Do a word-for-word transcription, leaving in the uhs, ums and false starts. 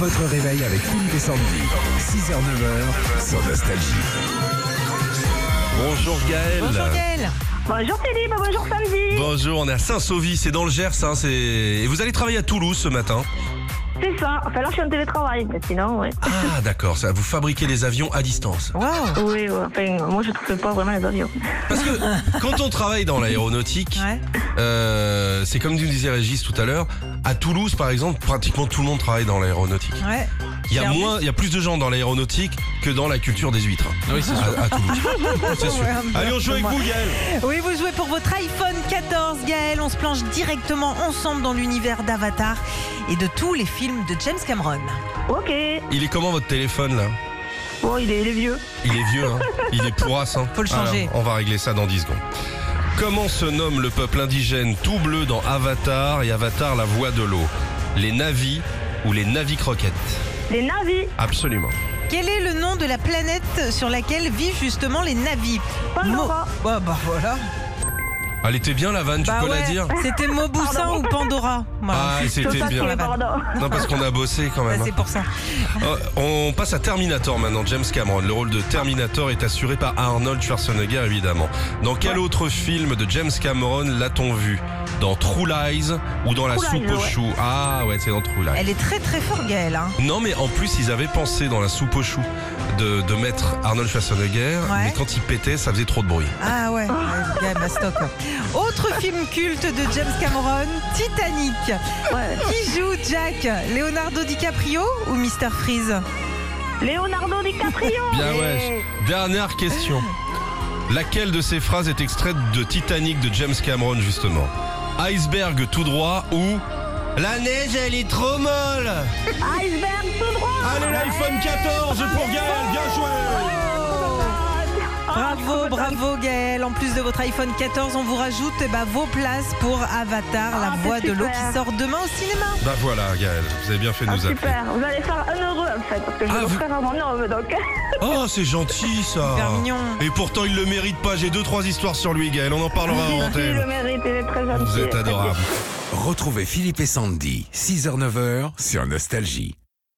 Votre réveil avec Philippe et Sandy. six heures neuf heures sur Nostalgie. Bonjour Gaël. Bonjour Gaël. Bonjour Philippe, bonjour Sandy. Bonjour, on est à Saint-Sauvy, c'est dans le Gers. Hein, c'est... Et vous allez travailler à Toulouse ce matin. C'est ça, enfin là je suis en télétravail, mais sinon, ouais. Ah d'accord, ça, vous fabriquez les avions à distance. Waouh. Oui, ouais, enfin, moi je trouve pas vraiment les avions. Parce que quand on travaille dans l'aéronautique, Ouais. euh, c'est comme nous disait Régis tout à l'heure, à Toulouse par exemple, pratiquement tout le monde travaille dans l'aéronautique. Ouais. Il y a Airbus. moins, il y a plus de gens dans l'aéronautique que dans la culture des huîtres. Oui, c'est sûr. À, à Toulouse. C'est sûr. Ouais, un peu, Allez, on un joue peu avec moins. vous, Gaël. Oui, vous jouez pour votre iPhone quatorze, Gaël. On se plonge directement ensemble dans l'univers d'Avatar et de tous les films de James Cameron. Ok, Il est comment votre téléphone là? bon il est, il est vieux. Il est vieux, hein. Il est pourrasse. Hein. Faut le changer. Alors, on va régler ça dans dix secondes. Comment se nomme le peuple indigène tout bleu dans Avatar et Avatar la voix de l'eau? Les Navis ou les Navi-croquettes? Les navis, Absolument. Quel est le nom de la planète sur laquelle vivent justement les Navis? Pandora. Mo- Ouais, bah voilà. Elle était bien la vanne, tu Bah peux ouais. la dire? C'était Mauboussin Pardon. ou Pandora. Voilà. Ah, c'était ça, bien. c'est pardon. Non, parce qu'on a bossé quand Bah, même. c'est hein. pour ça. Euh, on passe à Terminator maintenant, James Cameron. Le rôle de Terminator est assuré par Arnold Schwarzenegger, évidemment. Dans quel autre film de James Cameron l'a-t-on vu? Dans True Lies ou dans La True Lies, soupe aux ouais. choux? Ah ouais, c'est dans True Lies. Elle est très très forte, Gaël. Hein. Non, mais en plus, ils avaient pensé dans La soupe aux choux de, de mettre Arnold Schwarzenegger, Ouais. mais quand il pétait, ça faisait trop de bruit. Ah ouais, ouais, Gaël Mastoc. Autre film culte de James Cameron, Titanic. Ouais. Qui joue Jack? Leonardo DiCaprio ou mister Freeze? Leonardo DiCaprio. Bien Eh, ouais. Dernière question. Laquelle de ces phrases est extraite de Titanic de James Cameron, justement? Iceberg tout droit ou la neige, elle est trop molle? Iceberg tout droit. Allez, l'iPhone quatorze pour Gaël, bien joué! Bravo, bravo Gaël. En plus de votre iPhone quatorze, on vous rajoute eh ben, vos places pour Avatar, la Ah, voix c'est de l'eau super. qui sort demain au cinéma. Bah voilà, Gaël, vous avez bien fait de Ah, nous appeler. super, vous allez faire un heureux en fait, parce que je Ah, vais vous- très rarement heureux donc. Oh, c'est gentil ça! Super mignon. Et pourtant, il le mérite pas. J'ai deux, trois histoires sur lui, Gaël. On en parlera en Il le antenne. mérite, il est très gentil. Vous êtes adorable. Retrouvez Philippe et Sandy. six heures neuf heures sur Nostalgie.